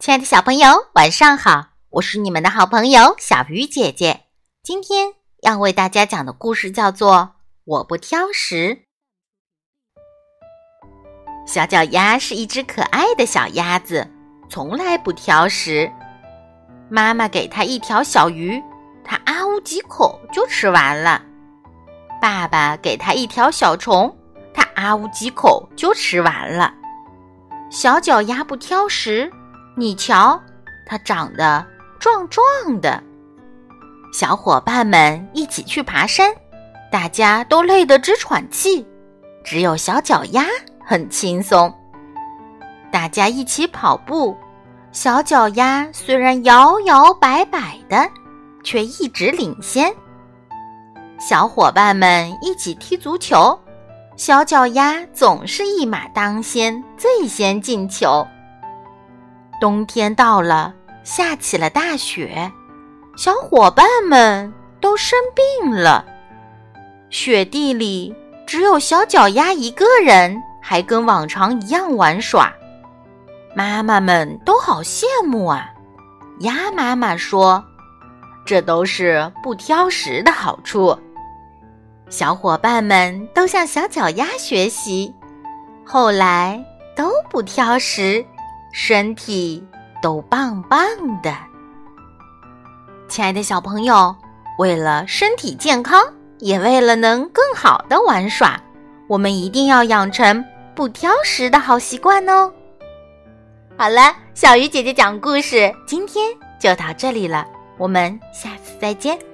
亲爱的小朋友，晚上好，我是你们的好朋友小鱼姐姐。今天要为大家讲的故事叫做《我不挑食》。小脚丫是一只可爱的小鸭子，从来不挑食。妈妈给它一条小鱼，它啊呜几口就吃完了。爸爸给它一条小虫，它啊呜几口就吃完了。小脚丫不挑食，你瞧，它长得壮壮的。小伙伴们一起去爬山，大家都累得直喘气，只有小脚丫很轻松。大家一起跑步，小脚丫虽然摇摇摆摆的，却一直领先。小伙伴们一起踢足球，小脚丫总是一马当先，最先进球。冬天到了，下起了大雪，小伙伴们都生病了。雪地里只有小脚丫一个人，还跟往常一样玩耍。妈妈们都好羡慕啊。鸭妈妈说，这都是不挑食的好处。小伙伴们都向小脚丫学习，后来都不挑食，身体都棒棒的。亲爱的小朋友，为了身体健康，也为了能更好的玩耍，我们一定要养成不挑食的好习惯哦。好了，小鱼姐姐讲故事今天就到这里了，我们下次再见。